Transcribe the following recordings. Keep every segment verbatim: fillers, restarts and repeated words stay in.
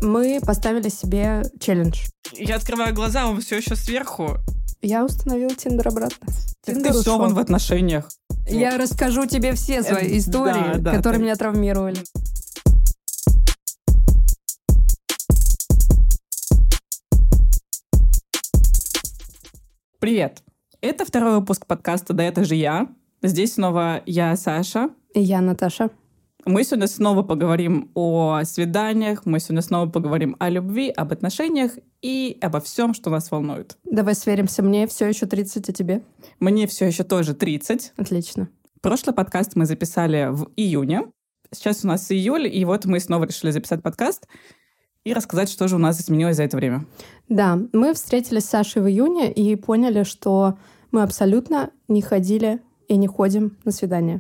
Мы поставили себе челлендж. Я открываю глаза, он все еще сверху. Я установила Тиндер обратно. Так ты все вон в отношениях. Я вот. Расскажу тебе все свои э, истории, да, да, которые ты... меня травмировали. Привет. Это второй выпуск подкаста «Да это же я». Здесь снова я, Саша. И я, Наташа. Мы сегодня снова поговорим о свиданиях, мы сегодня снова поговорим о любви, об отношениях и обо всем, что нас волнует. Давай сверимся. Мне все еще тридцать, а тебе? Мне все еще тоже тридцать. Отлично. Прошлый подкаст мы записали в июне. Сейчас у нас июль, и вот мы снова решили записать подкаст и рассказать, что же у нас изменилось за это время. Да, мы встретились с Сашей в июне и поняли, что мы абсолютно не ходили и не ходим на свидания.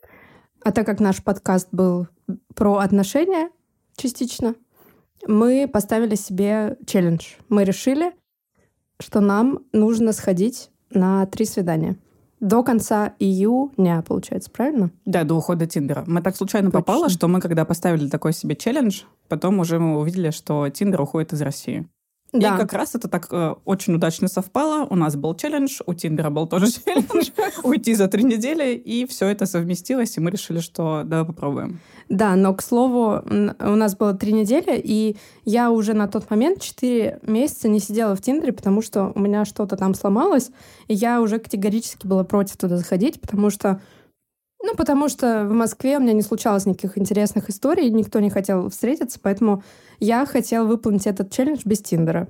А так как наш подкаст был про отношения частично, мы поставили себе челлендж. Мы решили, что нам нужно сходить на три свидания. До конца июня, получается, правильно? Да, до ухода Тиндера. Мы так случайно Точно. попало, что мы, когда поставили такой себе челлендж, потом уже мы увидели, что Тиндер уходит из России. Да. И как раз это так э, очень удачно совпало. У нас был челлендж, у Тиндера был тоже челлендж уйти за три недели, и все это совместилось, и мы решили, что давай попробуем. Да, но, к слову, у нас было три недели, и я уже на тот момент четыре месяца не сидела в Тиндере, потому что у меня что-то там сломалось, и я уже категорически была против туда заходить, потому что Ну, потому что в Москве у меня не случалось никаких интересных историй, никто не хотел встретиться, поэтому я хотела выполнить этот челлендж без Тиндера.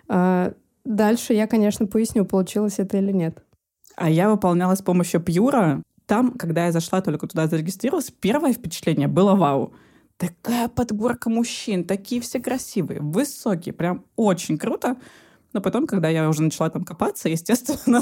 Дальше я, конечно, поясню, получилось это или нет. А я выполняла с помощью Пьюра. Там, когда я зашла, только туда зарегистрировалась, первое впечатление было вау. Такая подборка мужчин, такие все красивые, высокие, прям очень круто. Но потом, когда я уже начала там копаться, естественно,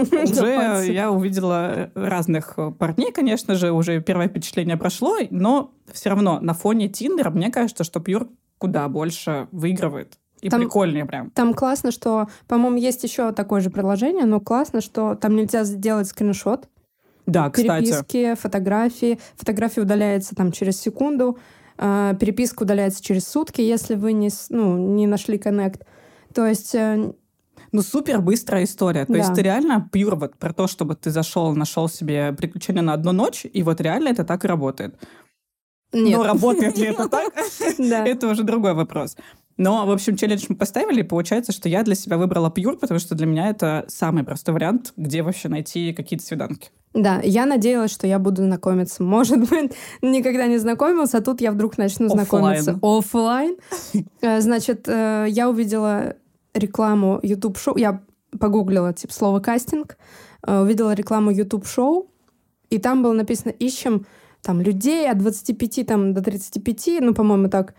уже я увидела разных парней, конечно же, уже первое впечатление прошло, но все равно на фоне Тиндера мне кажется, что Пьюр куда больше выигрывает. И там, прикольнее прям. Там классно, что, по-моему, есть еще такое же приложение, но классно, что там нельзя сделать скриншот. Да, кстати. Переписки, фотографии. Фотография удаляется там через секунду, э, переписка удаляется через сутки, если вы не, ну, не нашли коннект. То есть... Ну, супер быстрая история. То да. есть ты реально пьюр вот про то, чтобы ты зашел, нашел себе приключения на одну ночь, и вот реально это так и работает. Нет. Но работает ли это так? Да. Это уже другой вопрос. Но, в общем, челлендж мы поставили, и получается, что я для себя выбрала пьюр, потому что для меня это самый простой вариант, где вообще найти какие-то свиданки. Да, я надеялась, что я буду знакомиться. Может быть, никогда не знакомилась, а тут я вдруг начну знакомиться офлайн. Значит, я увидела рекламу YouTube-шоу. Я погуглила типа слово «кастинг», увидела рекламу YouTube-шоу, и там было написано «Ищем там людей от двадцати пяти там, до тридцати пяти», ну, по-моему, так.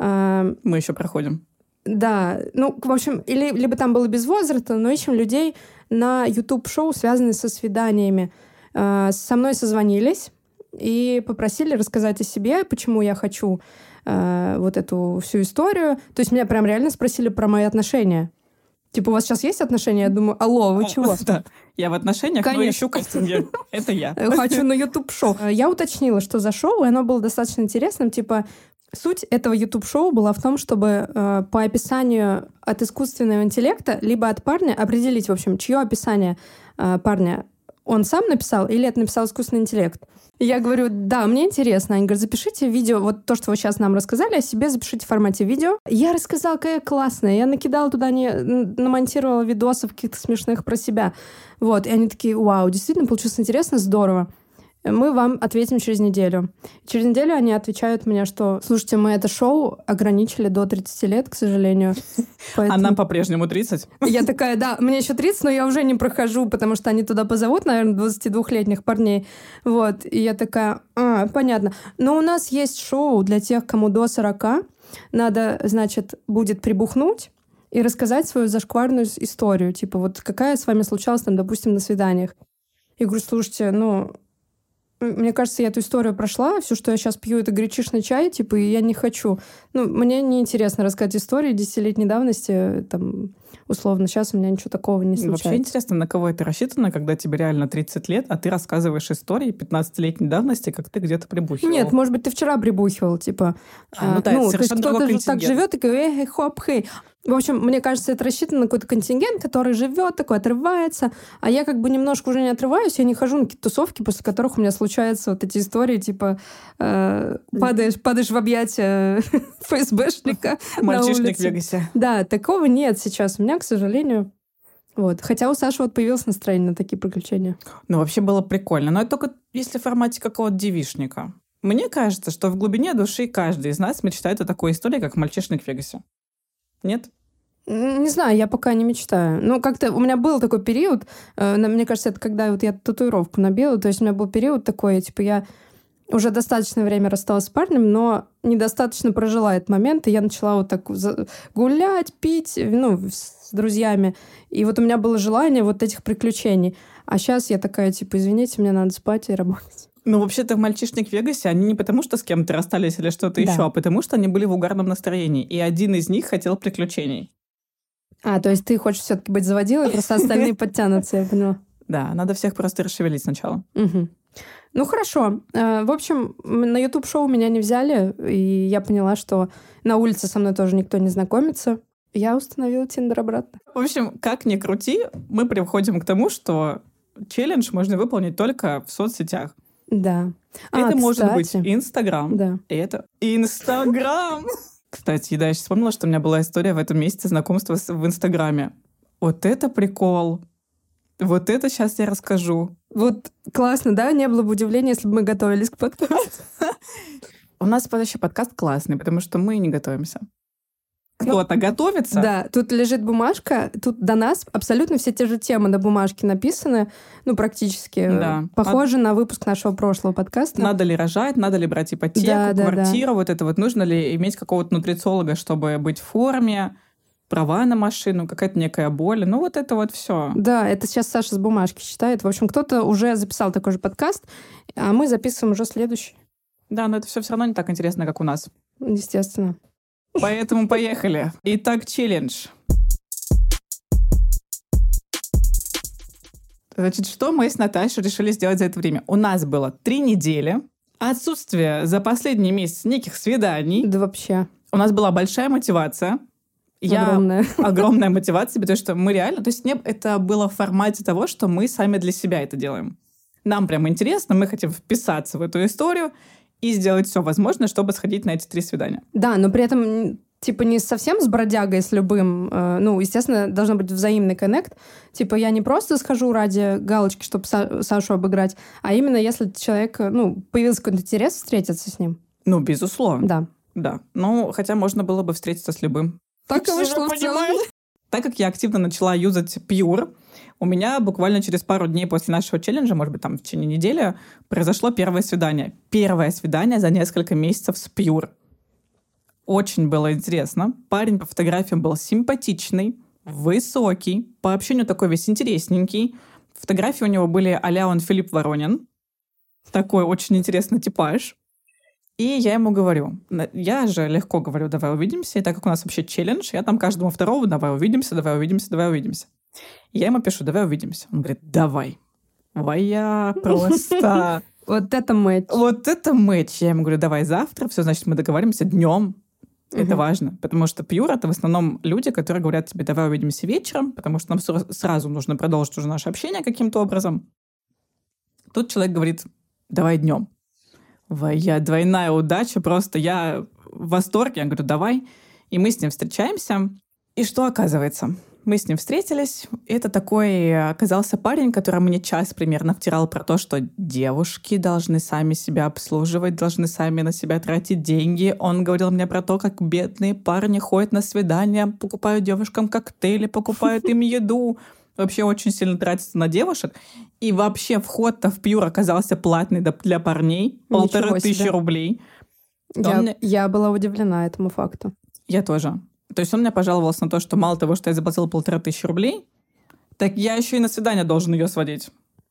Мы еще проходим. Да, ну, в общем, или, либо там было без возраста, но ищем людей на YouTube-шоу, связанные со свиданиями. Со мной созвонились и попросили рассказать о себе, почему я хочу э, вот эту всю историю. То есть меня прям реально спросили про мои отношения. Типа, у вас сейчас есть отношения? Я думаю, алло, вы чего? Да, я в отношениях, но ищу кастинги. Это я. Хочу на YouTube-шоу. Я уточнила, что за шоу, и оно было достаточно интересным. Типа, суть этого YouTube-шоу была в том, чтобы э, по описанию от искусственного интеллекта, либо от парня определить, в общем, чье описание э, парня он сам написал или это написал искусственный интеллект? И я говорю, да, мне интересно. Они говорят, запишите видео, вот то, что вы сейчас нам рассказали о себе, запишите в формате видео. Я рассказала, какая я классная. Я накидала туда, не, намонтировала видосов каких-то смешных про себя. Вот, и они такие, вау, действительно получилось интересно, здорово. Мы вам ответим через неделю. Через неделю они отвечают мне, что, слушайте, мы это шоу ограничили до тридцати лет, к сожалению. Поэтому... А нам по-прежнему тридцать? Я такая, да, мне еще тридцать, но я уже не прохожу, потому что они туда позовут, наверное, двадцатидвухлетних парней. Вот, и я такая, а, понятно. Но у нас есть шоу для тех, кому до сорока. Надо, значит, будет прибухнуть и рассказать свою зашкварную историю. Типа, вот какая с вами случалась там, допустим, на свиданиях. Я говорю, слушайте, ну... Мне кажется, я эту историю прошла. Все, что я сейчас пью, это гречишный чай, типа, и я не хочу. Ну, мне неинтересно рассказать истории десятилетней давности, там, условно. Сейчас у меня ничего такого не случается. Вообще интересно, на кого это рассчитано, когда тебе реально тридцать лет, а ты рассказываешь истории пятнадцатилетней давности, как ты где-то прибухивал. Нет, может быть, ты вчера прибухивал, типа... А, ну да, ну, это то есть совершенно другой кто-то же так контингент. живет, и такой, эй, хоп, хей. В общем, мне кажется, это рассчитано на какой-то контингент, который живет, такой отрывается. А я как бы немножко уже не отрываюсь, я не хожу на какие-то тусовки, после которых у меня случаются вот эти истории, типа э, падаешь, падаешь в объятия эф эс бэшника на Мальчишник в улице. Вегасе. Да, такого нет сейчас у меня, к сожалению. Вот. Хотя у Саши вот появилось настроение на такие приключения. Ну, вообще было прикольно. Но это только если в формате какого-то девичника. Мне кажется, что в глубине души каждый из нас мечтает о такой истории, как мальчишник в Вегасе. Нет? Не знаю, я пока не мечтаю. Ну, как-то у меня был такой период, э, мне кажется, это когда вот я татуировку набила, то есть у меня был период такой, типа я уже достаточное время рассталась с парнем, но недостаточно прожила этот момент, и я начала вот так гулять, пить, ну, с друзьями. И вот у меня было желание вот этих приключений. А сейчас я такая, типа, извините, мне надо спать и работать. Ну, вообще-то в «Мальчишник в Вегасе» они не потому, что с кем-то расстались или что-то Да. еще, а потому, что они были в угарном настроении. И один из них хотел приключений. А, то есть ты хочешь все-таки быть заводилой, просто остальные подтянутся, я поняла. Да, надо всех просто расшевелить сначала. Угу. Ну, хорошо. В общем, на YouTube-шоу меня не взяли, и я поняла, что на улице со мной тоже никто не знакомится. Я установила Тиндер обратно. В общем, как ни крути, мы приходим к тому, что челлендж можно выполнить только в соцсетях. Да. Это а, может кстати, быть Инстаграм. Да. Это Инстаграм. Кстати, да, я сейчас вспомнила, что у меня была история в этом месяце знакомства с- в Инстаграме. Вот это прикол. Вот это сейчас я расскажу. Вот классно, да? Не было бы удивления, если бы мы готовились к подкасту. У нас вообще подкаст классный, потому что мы не готовимся. Кто-то готовится. Да, тут лежит бумажка, тут до нас абсолютно все те же темы на бумажке написаны, ну, практически. Да. Похоже на выпуск нашего прошлого подкаста. Надо ли рожать, надо ли брать ипотеку, Да, да, квартиру, вот это вот. Нужно ли иметь какого-то нутрициолога, чтобы быть в форме, права на машину, какая-то некая боль. Ну, вот это вот все. Да, это сейчас Саша с бумажки читает. В общем, кто-то уже записал такой же подкаст, а мы записываем уже следующий. Да, но это все все равно не так интересно, как у нас. Естественно. Поэтому поехали. Итак, челлендж. Значит, что мы с Наташей решили сделать за это время? У нас было три недели. Отсутствие за последний месяц неких свиданий. Да вообще. У нас была большая мотивация. Я... Огромная. Огромная мотивация, потому что мы реально... То есть не... это было в формате того, что мы сами для себя это делаем. Нам прям интересно, мы хотим вписаться в эту историю и сделать все возможное, чтобы сходить на эти три свидания. Да, но при этом типа не совсем с бродягой, с любым. э, Ну, естественно, должен быть взаимный коннект. Типа я не просто схожу ради галочки, чтобы Са- Сашу обыграть, а именно если человек, ну, появился какой-то интерес, встретиться с ним. Ну, безусловно. Да. Да. Ну, хотя можно было бы встретиться с любым. Так и вышло в целом. Так как я активно начала юзать Pure, у меня буквально через пару дней после нашего челленджа, может быть, там в течение недели, произошло первое свидание. Первое свидание за несколько месяцев с Pure. Очень было интересно. Парень по фотографиям был симпатичный, высокий, по общению такой весь интересненький. Фотографии у него были а-ля он Филипп Воронин. Такой очень интересный типаж. И я ему говорю, я же легко говорю, давай увидимся, и так как у нас вообще челлендж, я там каждому второму, давай увидимся, давай увидимся, давай увидимся. И я ему пишу, давай увидимся. Он говорит, давай. Моя просто... Вот это мэтч. Вот это мэтч. Я ему говорю, давай завтра, все, значит, мы договоримся днем. Это важно, потому что Pure — это в основном люди, которые говорят тебе, давай увидимся вечером, потому что нам сразу нужно продолжить уже наше общение каким-то образом. Тут человек говорит, давай днем. Я двойная удача, просто я в восторге. Я говорю, давай. И мы с ним встречаемся. И что оказывается? Мы с ним встретились. И это такой оказался парень, который мне час примерно втирал про то, что девушки должны сами себя обслуживать, должны сами на себя тратить деньги. Он говорил мне про то, как бедные парни ходят на свидания, покупают девушкам коктейли, покупают им еду. Вообще очень сильно тратится на девушек. И вообще вход-то в Pure оказался платный для парней. Полторы тысячи рублей. Я, мне... я была удивлена этому факту. Я тоже. То есть он мне пожаловался на то, что мало того, что я заплатила полторы тысячи рублей, так я еще и на свидание должен ее сводить.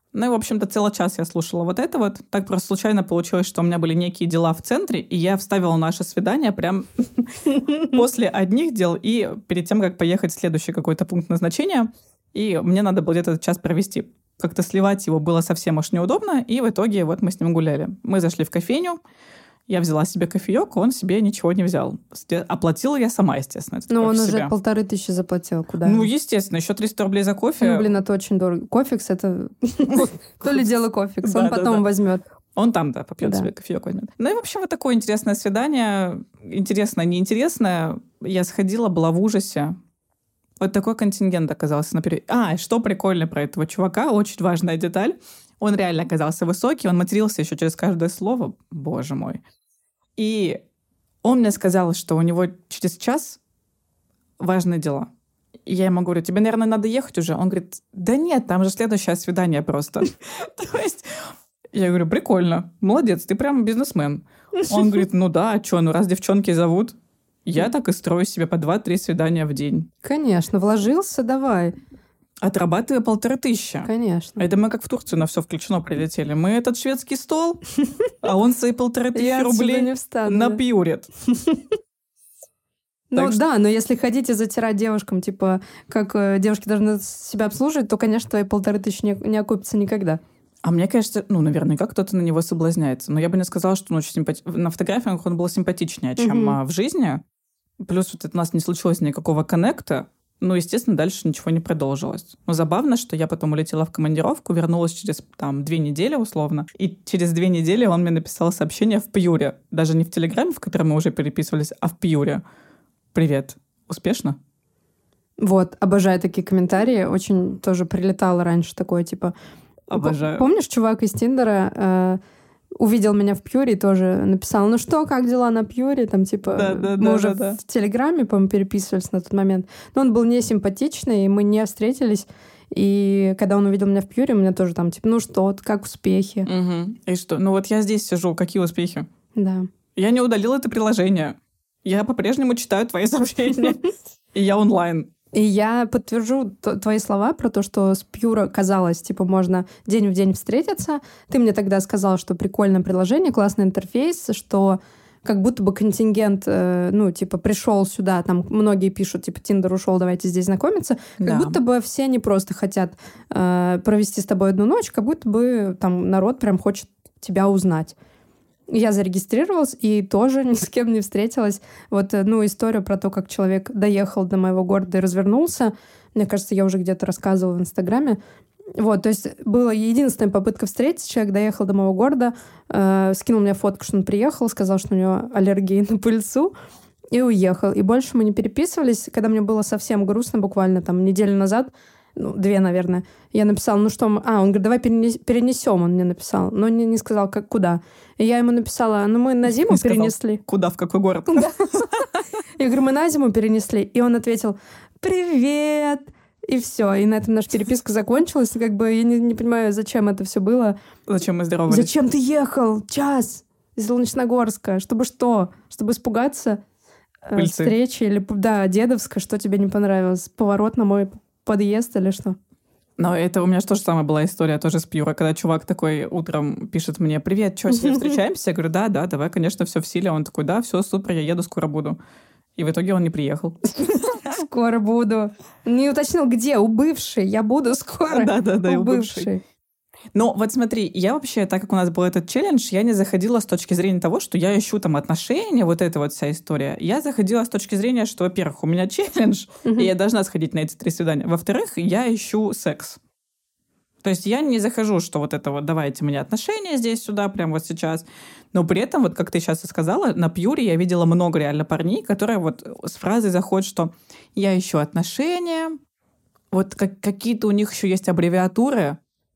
Ну и, в общем-то, целый час я слушала вот это вот. Так просто случайно получилось, что у меня были некие дела в центре, и я вставила наше свидание прям после одних дел и перед тем, как поехать в следующий какой-то пункт назначения. И мне надо было где-то час провести. Как-то сливать его было совсем уж неудобно, и в итоге вот мы с ним гуляли. Мы зашли в кофейню, я взяла себе кофеек, он себе ничего не взял. Оплатила я сама, естественно. Ну, он уже полторы тысячи заплатил. Куда? Ну, естественно, еще триста рублей за кофе. Ну, блин, это очень дорого. Кофекс — это... То ли дело кофекс, он потом возьмет. Он там, да, попьет себе кофеек, возьмет. Ну и, в общем, вот такое интересное свидание. Интересное, неинтересное. Я сходила, была в ужасе. Вот такой контингент оказался наперед. А, что прикольно про этого чувака, очень важная деталь. Он реально оказался высокий, он матерился еще через каждое слово. Боже мой. И он мне сказал, что у него через час важные дела. И я ему говорю, тебе, наверное, надо ехать уже? Он говорит, да нет, там же следующее свидание просто. То есть я говорю, прикольно, молодец, ты прям бизнесмен. Он говорит, ну да, а что, ну раз девчонки зовут, я так и строю себе по два-три свидания в день. Конечно, вложился, давай. Отрабатывая полторы тысячи. Конечно. Это мы как в Турцию на все включено прилетели. Мы этот шведский стол, а он свои полторы тысячи рублей напьюрит. Ну да, но если хотите затирать девушкам, типа, как девушки должны себя обслуживать, то, конечно, твои полторы тысячи не окупятся никогда. А мне кажется, ну, наверняка кто-то на него соблазняется. Но я бы не сказала, что он очень симпати... на фотографиях он был симпатичнее, чем mm-hmm. в жизни. Плюс вот у нас не случилось никакого коннекта. Ну, естественно, дальше ничего не продолжилось. Но забавно, что я потом улетела в командировку, вернулась через там две недели условно, и через две недели он мне написал сообщение в Пьюре. Даже не в Телеграме, в котором мы уже переписывались, а в Пьюре. «Привет. Успешно?» Вот, обожаю такие комментарии. Очень тоже прилетало раньше такое, типа... Обожаю. Помнишь, чувак из Тиндера э, увидел меня в Пьюре и тоже написал, ну что, как дела на Пьюре? Там, типа, да, да, мы да, уже да, да. в Телеграме, по-моему, переписывались на тот момент. Но он был не симпатичный, и мы не встретились. И когда он увидел меня в Пьюре, у меня тоже там, типа, ну что, как успехи? Угу. И что? Ну вот я здесь сижу, какие успехи? Да. Я не удалила это приложение. Я по-прежнему читаю твои сообщения. И я онлайн. И я подтвержу твои слова про то, что с Пьюра казалось, типа, можно день в день встретиться. Ты мне тогда сказал, что прикольное приложение, классный интерфейс, что как будто бы контингент, э, ну, типа, пришел сюда, там многие пишут, типа, Тиндер ушел, давайте здесь знакомиться. Как да. будто бы все не просто хотят э, провести с тобой одну ночь, как будто бы там народ прям хочет тебя узнать. Я зарегистрировалась и тоже ни с кем не встретилась. Вот, ну, историю про то, как человек доехал до моего города и развернулся, мне кажется, я уже где-то рассказывала в Инстаграме. Вот, то есть была единственная попытка встретиться. Человек доехал до моего города, э, скинул мне фотку, что он приехал, сказал, что у него аллергия на пыльцу, и уехал. И больше мы не переписывались. Когда мне было совсем грустно, буквально там неделю назад, ну, две, наверное, я написала, ну что мы... А, он говорит, давай перенесем, он мне написал. Но не, не сказал, как, куда. И я ему написала, ну мы на зиму перенесли. Сказал, куда, в какой город? Я говорю, мы на зиму перенесли. И он ответил, привет! И все. И на этом наша переписка закончилась. И как бы я не, не понимаю, зачем это все было. Зачем мы здоровались? Зачем ты ехал? Час из Солнечногорска. Чтобы что? Чтобы испугаться э, встречи? Или, да, Дедовска, что тебе не понравилось? Поворот на мой подъезд или что? Но это у меня же тоже самая была история, тоже с Пьюра, когда чувак такой утром пишет мне, привет, что, сегодня встречаемся? Я говорю, да, да, давай, конечно, все в силе. Он такой, да, все, супер, я еду, скоро буду. И в итоге он не приехал. Скоро буду. Не уточнил, где? У бывшей. Я буду скоро. Да-да-да, у бывшей. Ну, вот смотри, я вообще, так как у нас был этот челлендж, я не заходила с точки зрения того, что я ищу там отношения, вот эта вот вся история. Я заходила с точки зрения, что, во-первых, у меня челлендж, uh-huh. и я должна сходить на эти три свидания. Во-вторых, я ищу секс. То есть я не захожу, что вот это вот, давайте мне отношения здесь-сюда, прямо вот сейчас. Но при этом, вот как ты сейчас и сказала, на Пьюре я видела много реально парней, которые вот с фразой заходят, что я ищу отношения, вот как, какие-то у них еще есть аббревиатуры,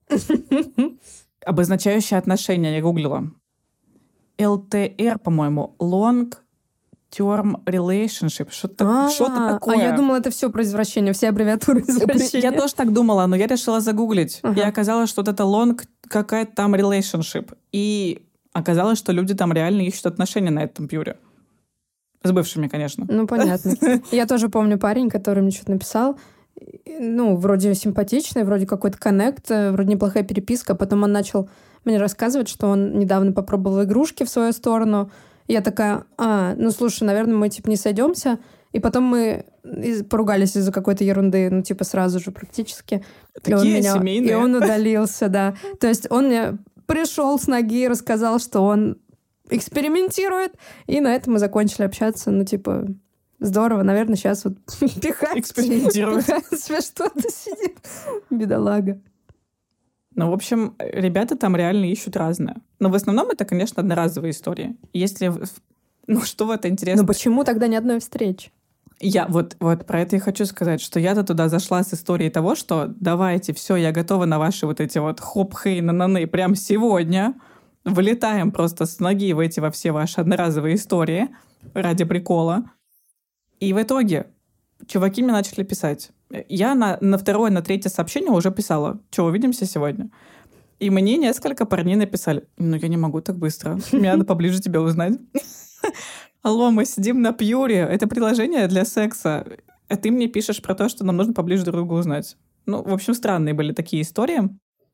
обозначающие отношения, я гуглила. эл тэ эр, по-моему, Long Term Relationship. Что-то, что-то такое. А я думала, это все про извращение, все аббревиатуры извращения. Я тоже так думала, но я решила загуглить. Ага. И оказалось, что вот это long какая-то там relationship. И оказалось, что люди там реально ищут отношения на этом Пьюре. С бывшими, конечно. Ну, понятно. Я тоже помню парень, который мне что-то написал. ну, вроде симпатичный, вроде какой-то коннект, вроде неплохая переписка. Потом он начал мне рассказывать, что он недавно попробовал игрушки в свою сторону. Я такая, а, ну, слушай, наверное, мы, типа, не сойдемся. И потом мы поругались из-за какой-то ерунды, ну, типа, сразу же практически. Такие и он меня, семейные. И он удалился, да. То есть он мне пришел с ноги и рассказал, что он экспериментирует. И на этом мы закончили общаться. Ну, типа, здорово. Наверное, сейчас вот пихать. Экспериментирует. Себе что-то сидит. Бедолага. Ну, в общем, ребята там реально ищут разное. Но в основном это, конечно, одноразовые истории. Если... Ну, что в это интересно? Ну, почему тогда ни одной встречи? Я вот, вот про это и хочу сказать, что я-то туда зашла с историей того, что давайте, все, я готова на ваши вот эти вот хоп-хей, на-наны прямо сегодня. Вылетаем просто с ноги в эти во все ваши одноразовые истории ради прикола. И в итоге чуваки мне начали писать. Я на, на второе, на третье сообщение уже писала. Че, увидимся сегодня? И мне несколько парней написали. Ну, я не могу так быстро. Мне надо поближе тебя узнать. Алло, мы сидим на Пьюре. Это приложение для секса. А ты мне пишешь про то, что нам нужно поближе друг друга узнать. Ну, в общем, странные были такие истории.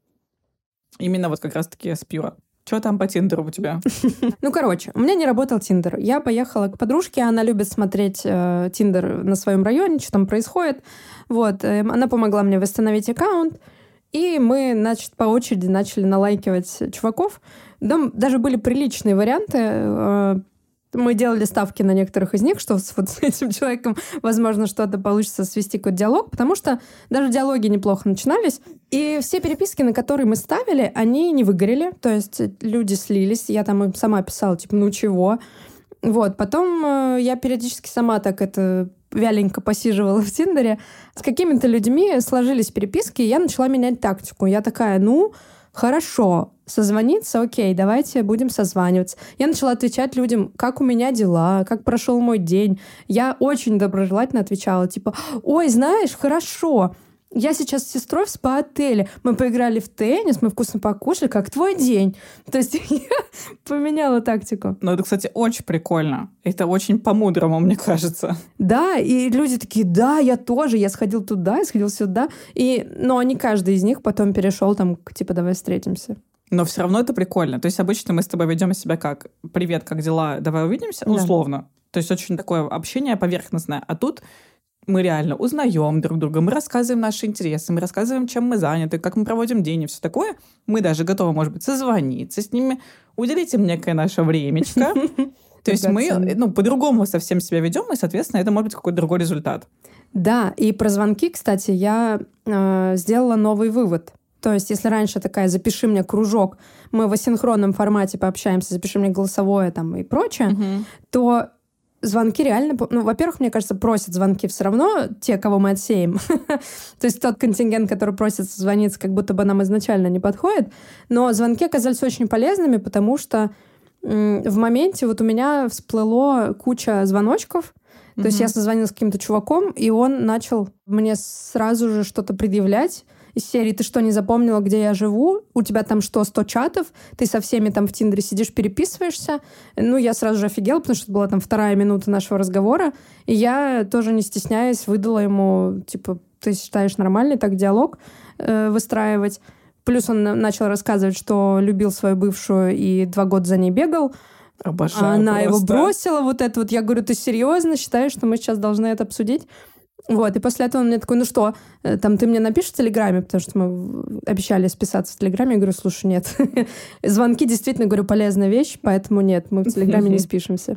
Именно вот как раз-таки с Пьюра. Что там по Тиндеру у тебя? Ну, короче, у меня не работал Тиндер. Я поехала к подружке, она любит смотреть э, Тиндер на своем районе, что там происходит. Вот, э, она помогла мне восстановить аккаунт, и мы, значит, по очереди начали налайкивать чуваков. Там даже были приличные варианты. Э, мы делали ставки на некоторых из них, что с, вот с этим человеком, возможно, что-то получится свести какой-то диалог, потому что даже диалоги неплохо начинались. И все переписки, на которые мы ставили, они не выгорели. То есть люди слились. Я там им сама писала, типа, ну чего? Вот. Потом э, я периодически сама так это вяленько посиживала в Тиндере. С какими-то людьми сложились переписки, и я начала менять тактику. Я такая, ну, хорошо, созвониться, окей, давайте будем созваниваться. Я начала отвечать людям, как у меня дела, как прошел мой день. Я очень доброжелательно отвечала, типа, ой, знаешь, хорошо, я сейчас с сестрой в спа-отеле, мы поиграли в теннис, мы вкусно покушали, как твой день? То есть я поменяла тактику. Ну, это, кстати, очень прикольно. Это очень по-мудрому, мне кажется. Да, и люди такие, да, я тоже, я сходил туда, я сходил сюда. И, но не каждый из них потом перешел там, типа, давай встретимся. Но все равно это прикольно. То есть обычно мы с тобой ведем себя как «Привет, как дела? Давай увидимся?» Да. Условно. То есть очень такое общение поверхностное. А тут мы реально узнаем друг друга, мы рассказываем наши интересы, мы рассказываем, чем мы заняты, как мы проводим день и все такое. Мы даже готовы, может быть, созвониться с ними, уделить им некое наше времечко. То есть мы ну, по-другому совсем себя ведем, и, соответственно, это может быть какой-то другой результат. Да, и про звонки, кстати, я э, сделала новый вывод. То есть, если раньше такая «запиши мне кружок», мы в асинхронном формате пообщаемся, «запиши мне голосовое» там и прочее, Угу. то звонки реально... Ну, во-первых, мне кажется, просят звонки все равно те, кого мы отсеем. То есть тот контингент, который просит звониться, как будто бы нам изначально не подходит. Но звонки оказались очень полезными, потому что м- в моменте вот у меня всплыло куча звоночков. То есть я созвонилась с каким-то чуваком, и он начал мне сразу же что-то предъявлять из серии «Ты что, не запомнила, где я живу? У тебя там что, сто чатов? Ты со всеми там в Тиндере сидишь, переписываешься?» Ну, я сразу же офигела, потому что это была там вторая минута нашего разговора. И я тоже, не стесняясь, выдала ему, типа, «Ты считаешь нормальный так диалог э, выстраивать?» Плюс он начал рассказывать, что любил свою бывшую и два года за ней бегал. Обожаю А она просто. его бросила, вот это вот. Я говорю, ты серьезно считаешь, что мы сейчас должны это обсудить? Вот, и после этого он мне такой, ну что, там ты мне напишешь в Телеграме, потому что мы обещали списаться в Телеграме. Я говорю, слушай, нет. Звонки действительно, говорю, полезная вещь, поэтому нет, мы в Телеграме не спишемся.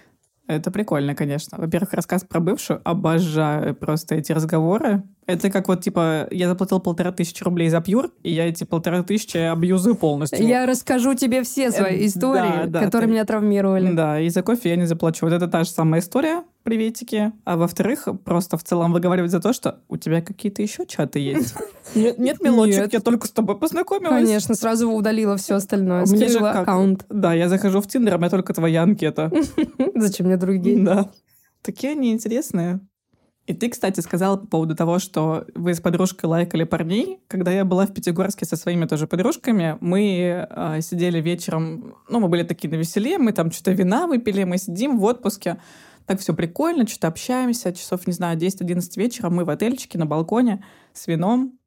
Это прикольно, конечно. Во-первых, рассказ про бывшую. Обожаю просто эти разговоры. Это как вот, типа, я заплатил полторы тысячи рублей за Пьюр, и я эти полторы тысячи абьюзую полностью. Я расскажу тебе все свои Э, истории, да, да, которые ты- меня травмировали. Да, и за кофе я не заплачу. Вот это та же самая история, приветики. А во-вторых, просто в целом выговаривать за то, что у тебя какие-то еще чаты есть. Нет, нет, мелочек, Нет. я только с тобой познакомилась. Конечно, сразу удалила все остальное. У меня же Скрыла как? аккаунт. Да, я захожу в Тиндер, а у меня только твоя анкета. Зачем мне другие? Да. Такие они интересные. И ты, кстати, сказала по поводу того, что вы с подружкой лайкали парней. Когда я была в Пятигорске со своими тоже подружками, мы э, сидели вечером, ну, мы были такие навеселе, мы там что-то вина выпили, мы сидим в отпуске, Так все прикольно, что-то общаемся, часов, не знаю, десять-одиннадцать вечера, мы в отельчике на балконе с вином.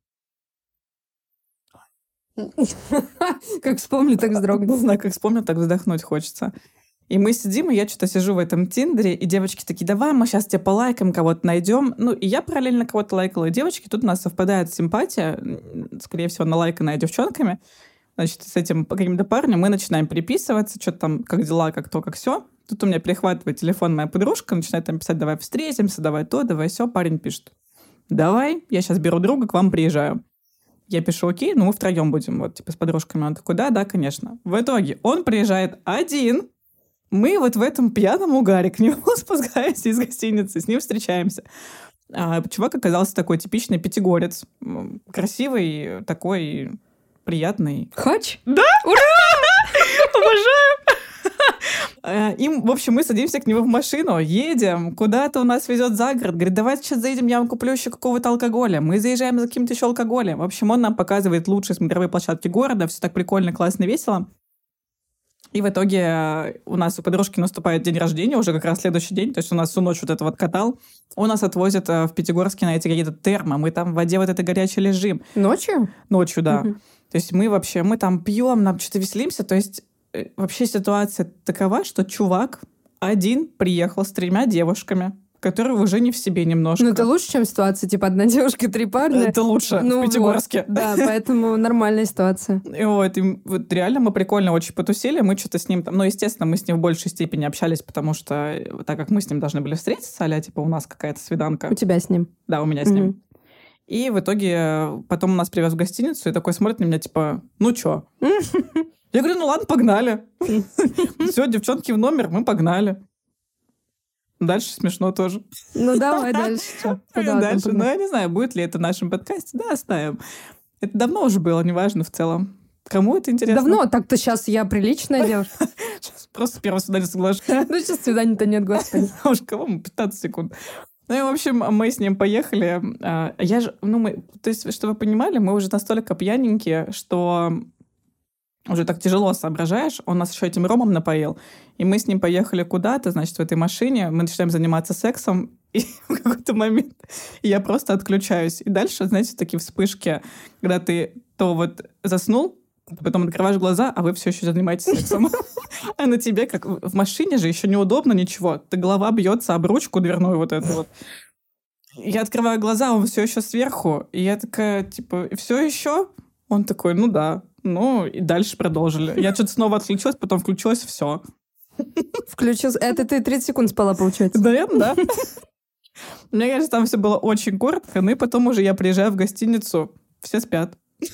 Как вспомню, так вздрогну. Не знаю, как вспомню, так вздохнуть хочется. И мы сидим, и я что-то сижу в этом Тиндере, и девочки такие, давай мы сейчас тебе полайкаем, кого-то найдем. Ну, и я параллельно кого-то лайкала. И девочки, тут у нас совпадает симпатия, скорее всего, налайканная девчонками. Значит, с этим каким-то парнем мы начинаем переписываться, что-то там, как дела, как то, как все. Тут у меня перехватывает телефон моя подружка, начинает там писать, давай встретимся, давай то, давай все. Парень пишет, давай, я сейчас беру друга, к вам приезжаю. Я пишу, окей, ну мы втроем будем, вот, типа, с подружками. Он такой, да, да, конечно. В итоге он приезжает один, мы вот в этом пьяном угаре к нему спускаемся из гостиницы, с ним встречаемся. А чувак оказался такой типичный пятигорец. Красивый, такой приятный. Хач? Да! Ура! Обожаю! Им, в общем, мы садимся к нему в машину, едем, куда-то у нас везет за город. Говорит, давайте сейчас заедем, я вам куплю еще какого-то алкоголя. Мы заезжаем за каким-то еще алкоголем. В общем, он нам показывает лучшие смотровые площадки города. Все так прикольно, классно, весело. И в итоге у нас у подружки наступает день рождения, уже как раз следующий день, то есть у нас всю ночь вот это вот катал. Он нас отвозит в Пятигорске на эти какие-то термо, мы там в воде вот это горячее лежим. Ночью? Ночью, да. Угу. То есть мы вообще, мы там пьем, нам что-то веселимся, то есть вообще ситуация такова, что чувак один приехал с тремя девушками, которые уже не в себе немножко. Ну, это лучше, чем ситуация, типа, одна девушка, три парня. Это лучше, ну, в Пятигорске. Вот. Да, поэтому нормальная ситуация. И вот, и вот реально мы прикольно очень потусили, мы что-то с ним там... Ну, естественно, мы с ним в большей степени общались, потому что, так как мы с ним должны были встретиться, а-ля, типа, у нас какая-то свиданка. У тебя с ним? Да, у меня с ним. И в итоге потом он нас привез в гостиницу и такой смотрит на меня, типа, ну чё? Я говорю, ну ладно, погнали. Все, девчонки в номер, мы погнали. Дальше смешно тоже. Ну, давай дальше. Что? Дальше, ну, я не знаю, будет ли это в нашем подкасте. Да, оставим. Это давно уже было, неважно в целом. Кому это интересно? Давно? Так-то сейчас я приличная девушка. Просто первое свидание соглашусь. Ну, сейчас свидания-то нет, господи. Уж кого мы, пятнадцать секунд. Ну и, в общем, мы с ним поехали. Я же, ну, мы, то есть, чтобы вы понимали, мы уже настолько пьяненькие, что уже так тяжело соображаешь. Он нас еще этим ромом напоил. И мы с ним поехали куда-то, значит, в этой машине. Мы начинаем заниматься сексом. И в какой-то момент я просто отключаюсь. И дальше, знаете, такие вспышки, когда ты то вот заснул, потом открываешь глаза, а вы все еще занимаетесь сексом. А на тебе, как в машине же, еще неудобно ничего. Ты голова бьется об ручку дверную вот эту вот. Я открываю глаза, он все еще сверху. И я такая, типа, все еще? Он такой, ну да. Ну, и дальше продолжили. Я что-то снова отключилась, потом включилась, все. Включился. Это ты тридцать секунд спала, получается? Наверное, да. Мне кажется, там все было очень коротко. Ну и потом уже я приезжаю в гостиницу, все спят.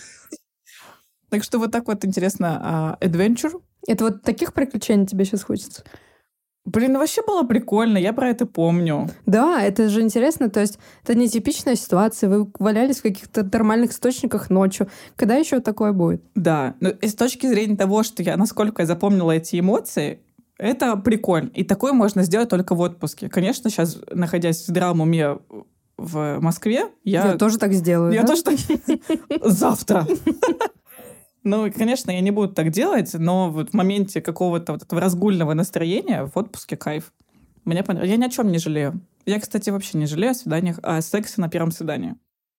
Так что вот так вот интересно. Adventure. Это вот таких приключений тебе сейчас хочется? Блин, ну вообще было прикольно, я про это помню. Да, это же интересно, то есть это нетипичная ситуация, вы валялись в каких-то термальных источниках ночью. Когда еще такое будет? Да, но и с точки зрения того, что я, насколько я запомнила эти эмоции, это прикольно. И такое можно сделать только в отпуске. Конечно, сейчас, находясь в здравом уме в Москве, я... Я тоже так сделаю, Я да? тоже так... Завтра. Ну, конечно, я не буду так делать, но вот в моменте какого-то вот этого разгульного настроения в отпуске кайф. Мне понравилось. Я ни о чем не жалею. Я, кстати, вообще не жалею о свиданиях, а о сексе на первом свидании.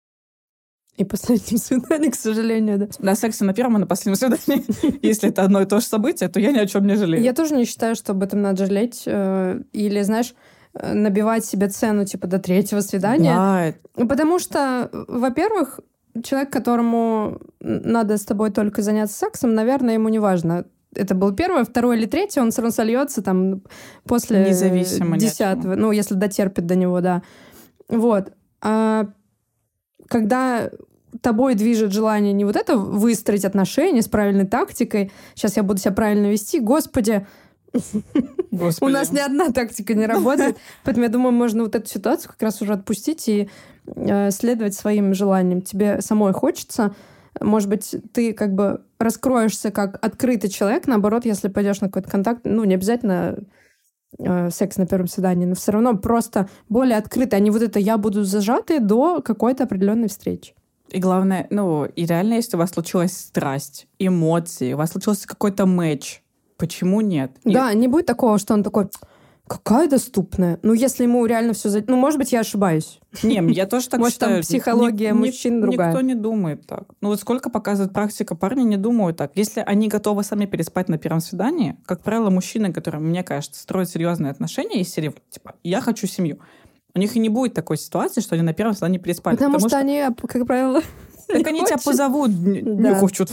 И последнем свидании, к сожалению, да. На сексе на первом и на последнем свидании. Если это одно и то же событие, то я ни о чем не жалею. Я тоже не считаю, что об этом надо жалеть. Или, знаешь, набивать себе цену типа до третьего свидания. Да. Потому что, во-первых, человек, которому надо с тобой только заняться сексом, наверное, ему не важно, это был первое, второе или третье, он все равно сольется там после Независимо десятого. Ну, если дотерпит до него, да. Вот. А когда тобой движет желание не вот это выстроить отношения с правильной тактикой, сейчас я буду себя правильно вести, господи, Господи. У нас ни одна тактика не работает. Поэтому я думаю, можно вот эту ситуацию как раз уже отпустить и э, следовать своим желаниям. Тебе самой хочется. Может быть, ты как бы раскроешься как открытый человек. Наоборот, если пойдешь на какой-то контакт, ну, не обязательно э, секс на первом свидании, но все равно просто более открытый, а не вот это «я буду зажатый» до какой-то определенной встречи. И главное, ну, и реально, если у вас случилась страсть, эмоции, у вас случился какой-то матч, почему нет? Да, и... не будет такого, что он такой, Какая доступная? Ну, если ему реально все... За... Ну, может быть, я ошибаюсь. Не, я тоже так Может, считаю. там психология Ни- мужчин ни- другая. Никто не думает так. Ну вот сколько показывает практика, парни не думают так. Если они готовы сами переспать на первом свидании, как правило, мужчины, которые, мне кажется, строят серьезные отношения из серии, типа, я хочу семью, у них и не будет такой ситуации, что они на первом свидании переспали. Потому, потому что, что они, как правило, так они тебя позовут, не хочут.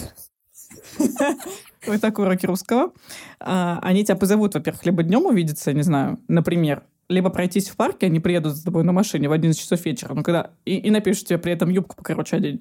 Вот так уроки русского. А, они тебя позовут, во-первых, либо днем увидеться, не знаю, например, либо пройтись в парке, они приедут за тобой на машине в одиннадцать часов вечера, ну, когда... и, и напишут тебе при этом юбку покороче одень.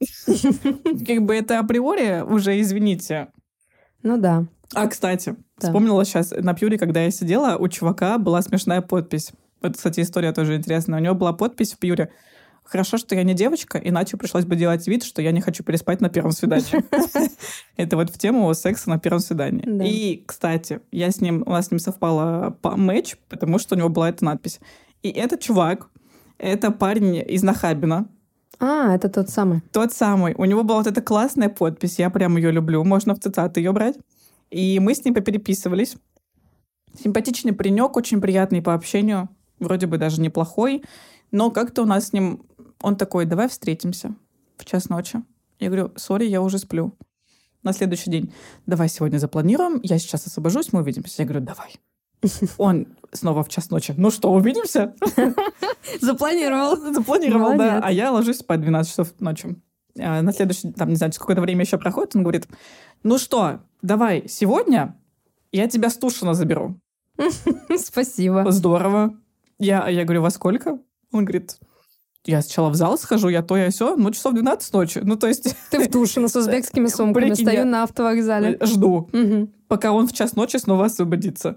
Как бы это априори уже, извините. Ну да. А, кстати, вспомнила сейчас, на Пьюре, когда я сидела, у чувака была смешная подпись. Вот, кстати, история тоже интересная. У него была подпись в Пьюре: «Хорошо, что я не девочка, иначе пришлось бы делать вид, что я не хочу переспать на первом свидании». Это вот в тему секса на первом свидании. И, кстати, я с ним, у нас с ним совпала матч, потому что у него была эта надпись. И этот чувак, это парень из Нахабино. А, это тот самый. Тот самый. У него была вот эта классная подпись, я прям ее люблю, можно в цитаты ее брать. И мы с ним попереписывались. Симпатичный паренек, очень приятный по общению, вроде бы даже неплохой. Но как-то у нас с ним... Он такой: давай встретимся в час ночи. Я говорю: сори, я уже сплю. На следующий день: давай сегодня запланируем, я сейчас освобожусь, мы увидимся. Я говорю: давай. Он снова в час ночи: ну что, увидимся? Запланировал. Запланировал, да. А я ложусь спать в двенадцать часов ночи. На следующий, там, не знаю, какое-то время еще проходит, он говорит: ну что, давай сегодня я тебя с Тушина заберу. Спасибо. Здорово. Я, я говорю: во сколько? Он говорит: я сначала в зал схожу, я то, я сё, ну, часов двенадцать ночи. Ну, то есть... Ты в Тушино с узбекскими сумками, стою на автовокзале. Жду, угу. пока он в час ночи снова освободится.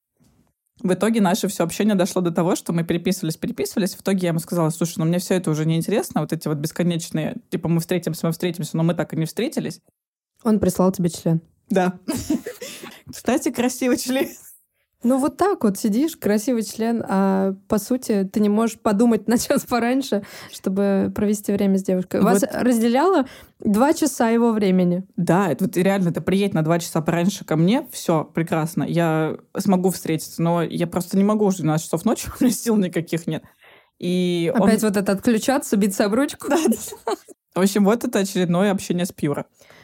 В итоге наше все общение дошло до того, что мы переписывались, переписывались. В итоге я ему сказала: слушай, ну, мне все это уже неинтересно, вот эти вот бесконечные, типа, мы встретимся, мы встретимся, но мы так и не встретились. Он прислал тебе член. Да. Кстати, красивый член. Ну, вот так вот сидишь, красивый член, а по сути ты не можешь подумать на час пораньше, чтобы провести время с девушкой. Вас вот разделяло два часа его времени. Да, это вот реально, ты приедь на два часа пораньше ко мне, все прекрасно, я смогу встретиться, но я просто не могу уже двенадцать часов ночи, у меня сил никаких нет. И опять он... вот это отключаться, биться об ручку. Да. В общем, вот это очередное общение с Пьюра.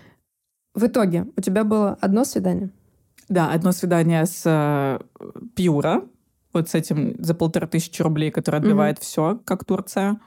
В итоге у тебя было одно свидание? Да, одно свидание с э, Пьюра, вот с этим за полторы тысячи рублей, который отбивает mm-hmm. все, как Турция.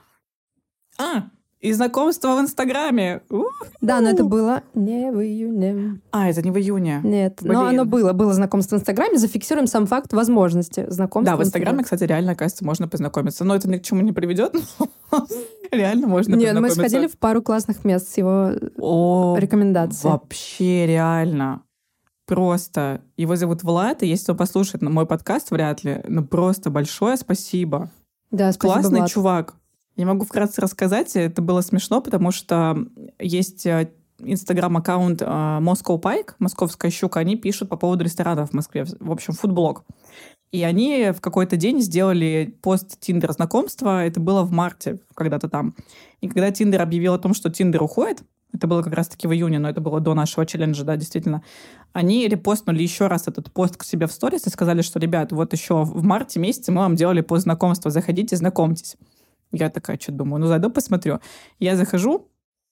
А, и знакомство в Инстаграме. У-ху. Да, но это было не в июне. А, это не в июне. Нет, Блин. но оно было. Было знакомство в Инстаграме. Зафиксируем сам факт возможности знакомства. Да, в Инстаграме, кстати, реально, оказывается, можно познакомиться. Но это ни к чему не приведет. Реально можно Нет, познакомиться. мы сходили в пару классных мест с его рекомендацией. Вообще реально. Просто. Его зовут Влад, и если он послушает мой подкаст, вряд ли, но просто большое спасибо. Да, спасибо, Классный Влад. чувак. Я могу вкратце рассказать, это было смешно, потому что есть инстаграм-аккаунт Moscow Pike, московская щука, они пишут по поводу ресторанов в Москве, в общем, фудблог. И они в какой-то день сделали пост Тиндер знакомства, это было в марте, когда-то там. И когда Тиндер объявил о том, что Тиндер уходит, это было как раз-таки в июне, но это было до нашего челленджа, да, действительно. Они репостнули еще раз этот пост к себе в сторис и сказали, что, ребят, вот еще в марте месяце мы вам делали пост знакомства, заходите, знакомьтесь. Я такая, что думаю, ну, зайду, посмотрю. Я захожу,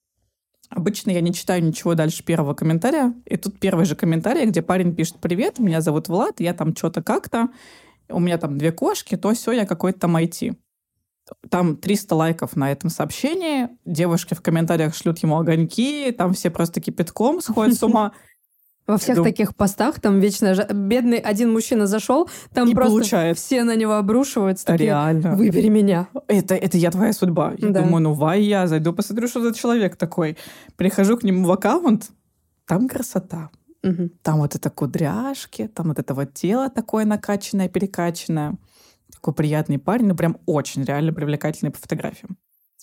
обычно я не читаю ничего дальше первого комментария, и тут первый же комментарий, где парень пишет: привет, меня зовут Влад, я там что-то как-то, у меня там две кошки, то все, я какой-то там ай ти. Там триста лайков на этом сообщении, девушки в комментариях шлют ему огоньки, там все просто кипятком сходят с ума. Во всех таких постах там вечно бедный один мужчина зашел, там просто все на него обрушиваются. Реально. Выбери меня. Это, это я твоя судьба. Я думаю, ну вай я, зайду, посмотрю, что за человек такой. Прихожу к нему в аккаунт, там красота. Угу. Там вот это кудряшки, там вот это вот тело такое накачанное, перекачанное. Такой приятный парень, ну прям очень реально привлекательный по фотографиям.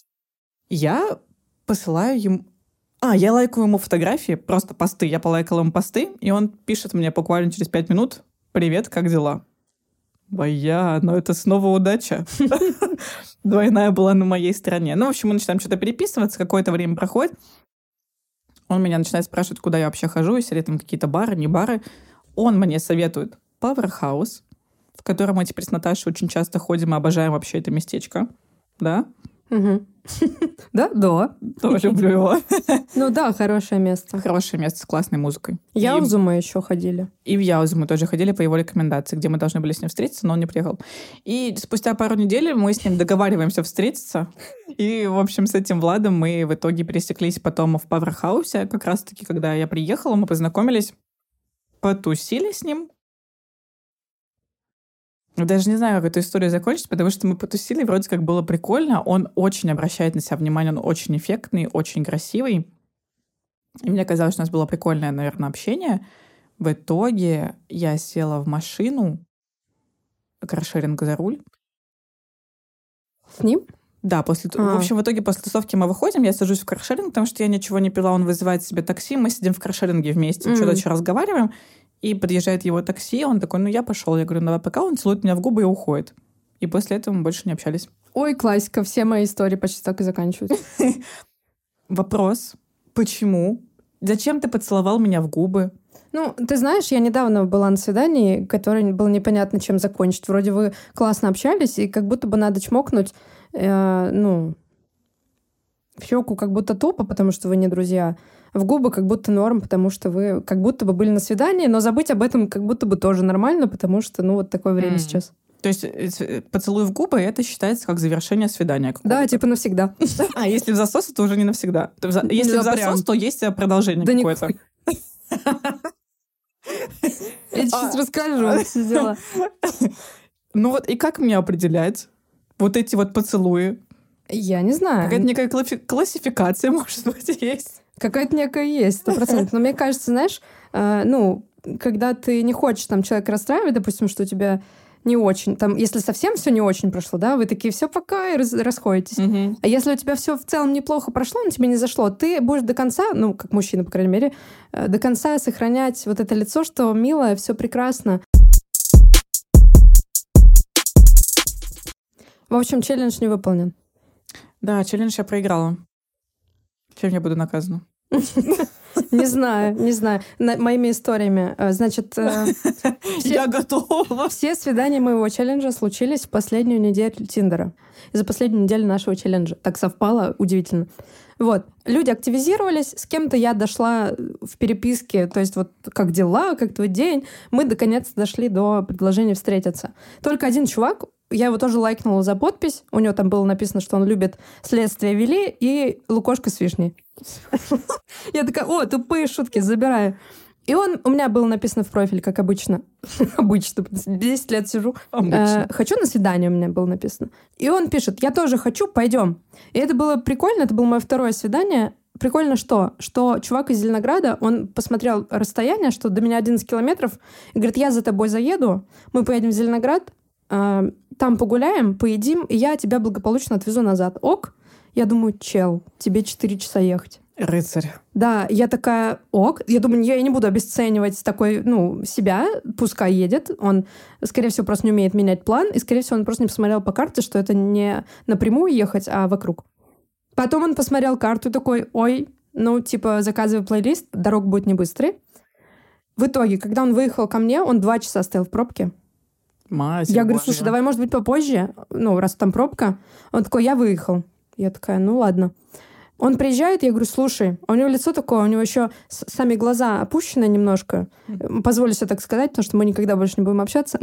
Я посылаю ему... А, я лайкаю ему фотографии, просто посты. Я полайкала ему посты, и он пишет мне буквально через пять минут: привет, как дела? Бая, ну это снова удача. Двойная была на моей стороне. Ну, в общем, мы начинаем что-то переписываться, какое-то время проходит. Он меня начинает спрашивать, куда я вообще хожу, если там какие-то бары, не бары. Он мне советует Powerhouse, в котором мы теперь с Наташей очень часто ходим и обожаем вообще это местечко. Да? Угу. Да? Да. Тоже люблю его. Ну да, хорошее место. Хорошее место с классной музыкой. В Яузу мы еще ходили. И в Яузу мы тоже ходили по его рекомендации, где мы должны были с ним встретиться, но он не приехал. И спустя пару недель мы с ним договариваемся встретиться. И, в общем, с этим Владом мы в итоге пересеклись потом в Пауэрхаусе. Как раз-таки, когда я приехала, мы познакомились, потусили с ним. Даже не знаю, как эту историю закончить, потому что мы потусили, вроде как было прикольно. Он очень обращает на себя внимание, он очень эффектный, очень красивый. И мне казалось, что у нас было прикольное, наверное, общение. В итоге я села в машину, каршеринг за руль. С ним? Да, после... А. В общем, в итоге после тусовки мы выходим, я сажусь в каршеринг, потому что я ничего не пила, он вызывает себе такси, мы сидим в каршеринге вместе, mm-hmm. что-то еще разговариваем. И подъезжает его такси, он такой, ну, я пошел. Я говорю, ну, давай пока. Он целует меня в губы и уходит. И после этого мы больше не общались. Ой, классика. Все мои истории почти так и заканчиваются. Вопрос. Почему? Зачем ты поцеловал меня в губы? Ну, ты знаешь, я недавно была на свидании, которое было непонятно, чем закончить. Вроде вы классно общались, и как будто бы надо чмокнуть, э, ну, в щеку как будто тупо, потому что вы не друзья. В губы как будто норм, потому что вы как будто бы были на свидании, но забыть об этом как будто бы тоже нормально, потому что, ну, вот такое время mm. сейчас. То есть поцелуй в губы, это считается как завершение свидания какого-то? Да, типа навсегда. А если в засос, то уже не навсегда. Если в засос, то есть продолжение какое-то. Я сейчас расскажу все дела. Ну вот, и как мне определять вот эти вот поцелуи? Я не знаю. Какая-то некая классификация, может быть, есть. Какая-то некая есть, сто процентов. Но мне кажется, знаешь, э, ну, когда ты не хочешь там человека расстраивать, допустим, что у тебя не очень, там, если совсем все не очень прошло, да, вы такие, все пока, и раз, расходитесь. Угу. А если у тебя все в целом неплохо прошло, но тебе не зашло, ты будешь до конца, ну, как мужчина, по крайней мере, э, до конца сохранять вот это лицо, что милое, все прекрасно. В общем, челлендж не выполнен. Да, челлендж я проиграла. Чем я буду наказана? Не знаю, не знаю. Моими историями. Значит, я готова. Все свидания моего челленджа случились в последнюю неделю Тиндера. За последнюю неделю нашего челленджа. Так совпало, удивительно. Вот. Люди активизировались, с кем-то я дошла в переписке, то есть вот как дела, как твой день. Мы наконец-то дошли до предложения встретиться. Только один чувак, я его тоже лайкнула за подпись, у него там было написано, что он любит «Следствие вели» и «Лукошко с вишней». Я такая, о, тупые шутки, забираю. И он, у меня было написано в профиле, как обычно. Обычно. десять лет сижу. Э, хочу на свидание, у меня было написано. И он пишет, я тоже хочу, пойдем. И это было прикольно, это было мое второе свидание. Прикольно что? Что чувак из Зеленограда, он посмотрел расстояние, что до меня одиннадцать километров, и говорит, я за тобой заеду, мы поедем в Зеленоград, э, там погуляем, поедим, и я тебя благополучно отвезу назад. Ок? Я думаю, чел, тебе четыре часа ехать. Рыцарь. Да, я такая, ок. Я думаю, я не буду обесценивать такой, ну, себя, пускай едет. Он, скорее всего, просто не умеет менять план, и, скорее всего, он просто не посмотрел по карте, что это не напрямую ехать, а вокруг. Потом он посмотрел карту и такой, ой, ну, типа, заказывай плейлист, дорога будет не быстрой. В итоге, когда он выехал ко мне, он два часа стоял в пробке. Мать я говорю, божья. слушай, давай, может быть, попозже, ну, раз там пробка. Он такой, я выехал. Я такая, ну, ладно. Он приезжает, я говорю, слушай, а у него лицо такое, у него еще сами глаза опущены немножко. Позволю себе так сказать, потому что мы никогда больше не будем общаться.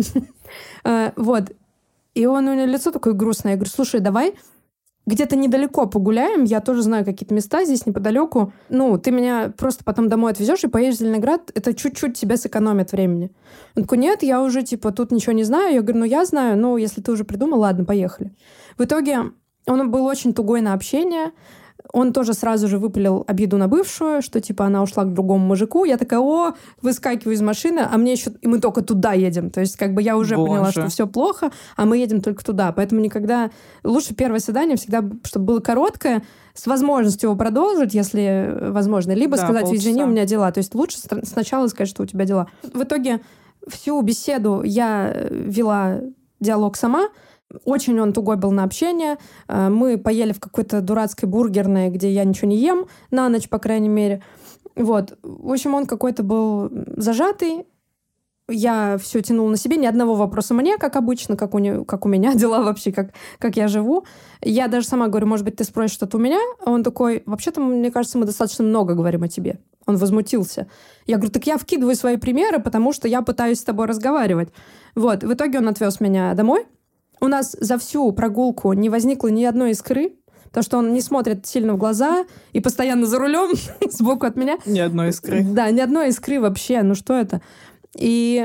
Вот. И он, у него лицо такое грустное. Я говорю, слушай, давай где-то недалеко погуляем. Я тоже знаю какие-то места здесь неподалеку. Ну, ты меня просто потом домой отвезешь и поедешь в Зеленоград. Это чуть-чуть тебе сэкономит времени. Он такой, нет, я уже, типа, тут ничего не знаю. Я говорю, ну, я знаю. Ну, если ты уже придумал, ладно, поехали. В итоге он был очень тугой на общение. Он тоже сразу же выпалил обиду на бывшую, что, типа, она ушла к другому мужику. Я такая, о, выскакиваю из машины, а мне еще... И мы только туда едем. То есть, как бы, я уже Боже. поняла, что все плохо, а мы едем только туда. Поэтому никогда... Лучше первое свидание всегда, чтобы было короткое, с возможностью его продолжить, если возможно. Либо да, сказать, полчаса. Извини, у меня дела. То есть лучше сначала сказать, что у тебя дела. В итоге всю беседу я вела диалог сама. Очень он тугой был на общение. Мы поели в какой-то дурацкой бургерной, где я ничего не ем, на ночь, по крайней мере. Вот. В общем, он какой-то был зажатый. я все тянула на себе, ни одного вопроса мне, как обычно, как у, не, как у меня дела вообще, как, как я живу. Я даже сама говорю, может быть, ты спросишь что-то у меня? А он такой, вообще-то, мне кажется, мы достаточно много говорим о тебе. Он возмутился. Я говорю, так я вкидываю свои примеры, потому что я пытаюсь с тобой разговаривать. Вот, в итоге он отвез меня домой. У нас за всю прогулку не возникло ни одной искры, потому что он не смотрит сильно в глаза и постоянно за рулем сбоку от меня. Ни одной искры. Да, ни одной искры вообще. Ну что это? И,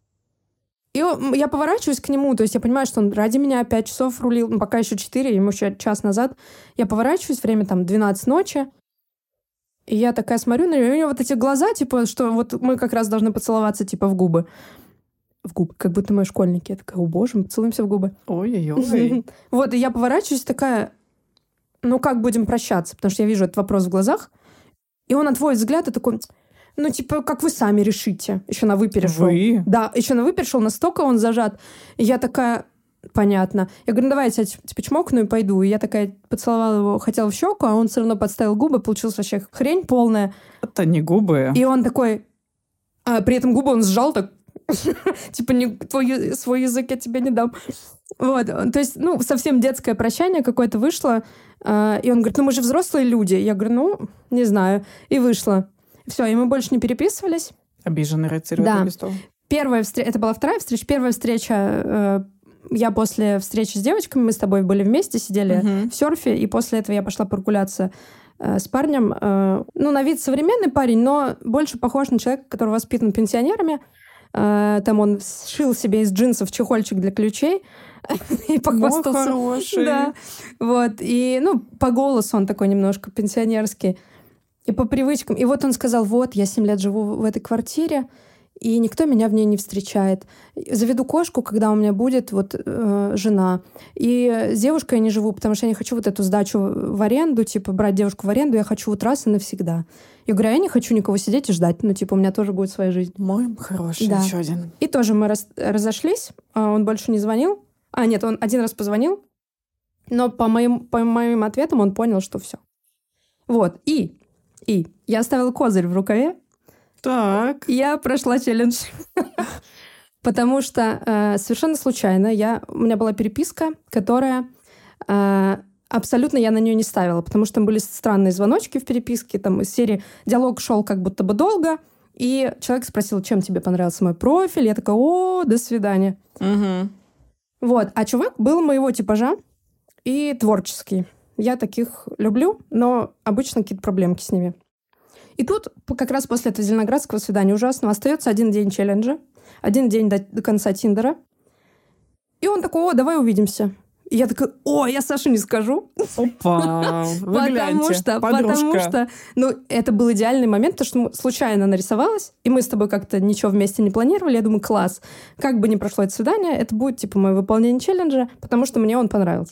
и я поворачиваюсь к нему, то есть я понимаю, что он ради меня пять часов рулил, ну, пока еще четыре, ему еще час назад. Я поворачиваюсь, время там двенадцать ночи, и я такая смотрю на него, и у него вот эти глаза, типа, что вот мы как раз должны поцеловаться, типа, в губы. В губы, как будто мы школьники. Я такая, о боже, мы поцелуемся в губы. Ой-ой-ой. Вот, и я поворачиваюсь, такая, ну как будем прощаться? Потому что я вижу этот вопрос в глазах, и он отводит взгляд и такой... Ну, типа, как вы сами решите. Еще на «вы» перешел. Вы? Да, еще на «вы» перешел, настолько он зажат. И я такая, понятно. Я говорю, ну, давай я тебя типа, чмокну и пойду. И я такая поцеловала его, хотела в щеку, а он все равно подставил губы. Получилась вообще хрень полная. Это не губы. И он такой... А при этом губы он сжал так... Типа, твой свой язык я тебе не дам. Вот. То есть, ну, совсем детское прощание какое-то вышло. И он говорит, ну, мы же взрослые люди. Я говорю, ну, не знаю. И вышло. Все, и мы больше не переписывались. Обиженный рыцарь. Да. Первая встреча, это была вторая встреча. Первая встреча, э, я после встречи с девочками, мы с тобой были вместе, сидели uh-huh. в серфе, и после этого я пошла прогуляться э, с парнем. Э, ну, на вид современный парень, но больше похож на человека, который воспитан пенсионерами. Э, там он сшил себе из джинсов чехольчик для ключей и похвастался. О, хороший. Да. Вот. И, ну, по голосу он такой немножко пенсионерский. И по привычкам. И вот он сказал, вот, я семь лет живу в этой квартире, и никто меня в ней не встречает. Заведу кошку, когда у меня будет вот э, жена. И с девушкой я не живу, потому что я не хочу вот эту сдачу в аренду, типа брать девушку в аренду, я хочу вот раз и навсегда. Я говорю, а я не хочу никого сидеть и ждать, ну, типа, у меня тоже будет своя жизнь. Мой хороший, да. еще один. И тоже мы раз, разошлись, он больше не звонил. А, нет, он один раз позвонил, но по моим, по моим ответам он понял, что все. Вот, и... И я оставила козырь в рукаве. Так. Я прошла челлендж. Потому что э, совершенно случайно я, у меня была переписка, которая э, абсолютно я на нее не ставила, потому что там были странные звоночки в переписке, там из серии диалог шел как будто бы долго, и человек спросил, чем тебе понравился мой профиль. Я такая, о, до свидания. Угу. Вот. А чувак был моего типажа и творческий. Я таких люблю, но обычно какие-то проблемки с ними. И тут как раз после этого зеленоградского свидания ужасного остается один день челленджа, один день до, до конца Тиндера. И он такой, о, давай увидимся. И я такая, о, я Саше не скажу. Опа, вы потому гляньте, что, подружка. потому что, ну, это был идеальный момент, потому что случайно нарисовалась, и мы с тобой как-то ничего вместе не планировали. Я думаю, класс. Как бы ни прошло это свидание, это будет, типа, мое выполнение челленджа, потому что мне он понравился.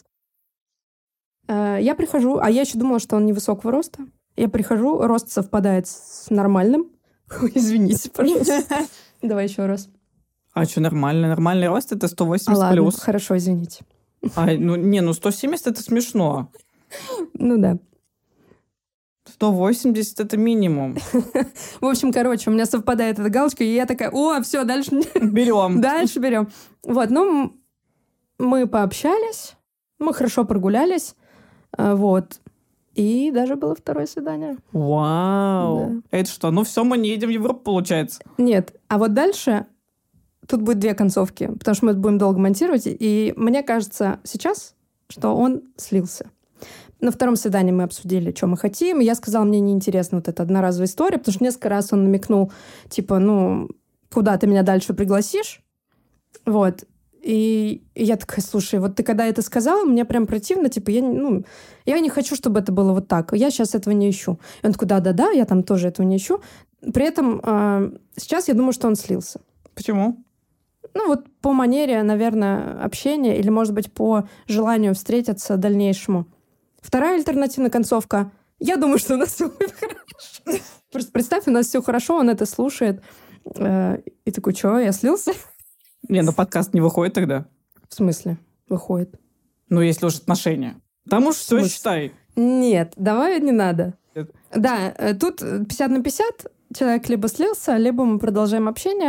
Я прихожу, а я еще думала, что он невысокого роста. Я прихожу, рост совпадает с нормальным. Ой, извините, пожалуйста. Давай еще раз. А что, нормально? Нормальный рост — это сто восемьдесят а, ладно, плюс. Хорошо, извините. А, ну, не, ну сто семьдесят — это смешно. Ну да. сто восемьдесят — это минимум. В общем, короче, у меня совпадает эта галочка, и я такая, о, все, дальше... Берем. Дальше берем. Вот, ну, мы пообщались, мы хорошо прогулялись, вот. И даже было второе свидание. Вау! Да. Это что, ну все, мы не едем в Европу, получается? Нет. А вот дальше тут будет две концовки, потому что мы это будем долго монтировать. И мне кажется сейчас, что он слился. На втором свидании мы обсудили, что мы хотим. И я сказала, мне неинтересна вот эта одноразовая история, потому что несколько раз он намекнул, типа, ну, куда ты меня дальше пригласишь? Вот. И я такая, слушай, вот ты когда это сказала, мне прям противно, типа, я, ну, я не хочу, чтобы это было вот так. Я сейчас этого не ищу. И он такой, да-да-да, я там тоже этого не ищу. При этом э, сейчас я думаю, что он слился. Почему? Ну, вот по манере, наверное, общения или, может быть, по желанию встретиться дальнейшему. Вторая альтернативная концовка. Я думаю, что у нас все будет хорошо. Просто представь, у нас все хорошо, он это слушает. Э, и такой, что, я слился? Не, ну подкаст не выходит тогда. В смысле? Выходит. Ну, если уж отношения. Там уж все считай. Нет, давай не надо. Нет. Да, тут пятьдесят на пятьдесят. Человек либо слился, либо мы продолжаем общение.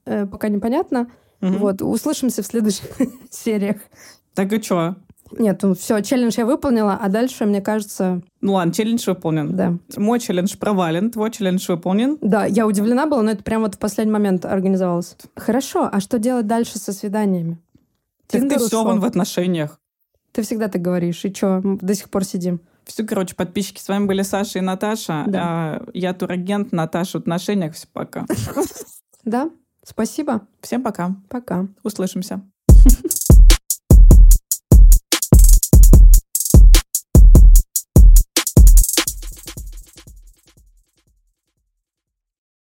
э, пока непонятно. Мгм. Вот, услышимся в следующих сериях. Так и чё? Нет, ну все, челлендж я выполнила, а дальше, мне кажется, Ну ладно, челлендж выполнен. да. Мой челлендж провален, твой челлендж выполнен. Да, я удивлена была, но это прям вот в последний момент организовалось. Хорошо, а что делать дальше со свиданиями? Так ты Тиндер все ушел. вон в отношениях. Ты всегда так говоришь, и чё, мы до сих пор сидим? Все, короче, подписчики, с вами были Саша и Наташа. Да. А, я турагент, Наташа в отношениях. Все, пока. Да, спасибо, Всем пока. пока. Услышимся.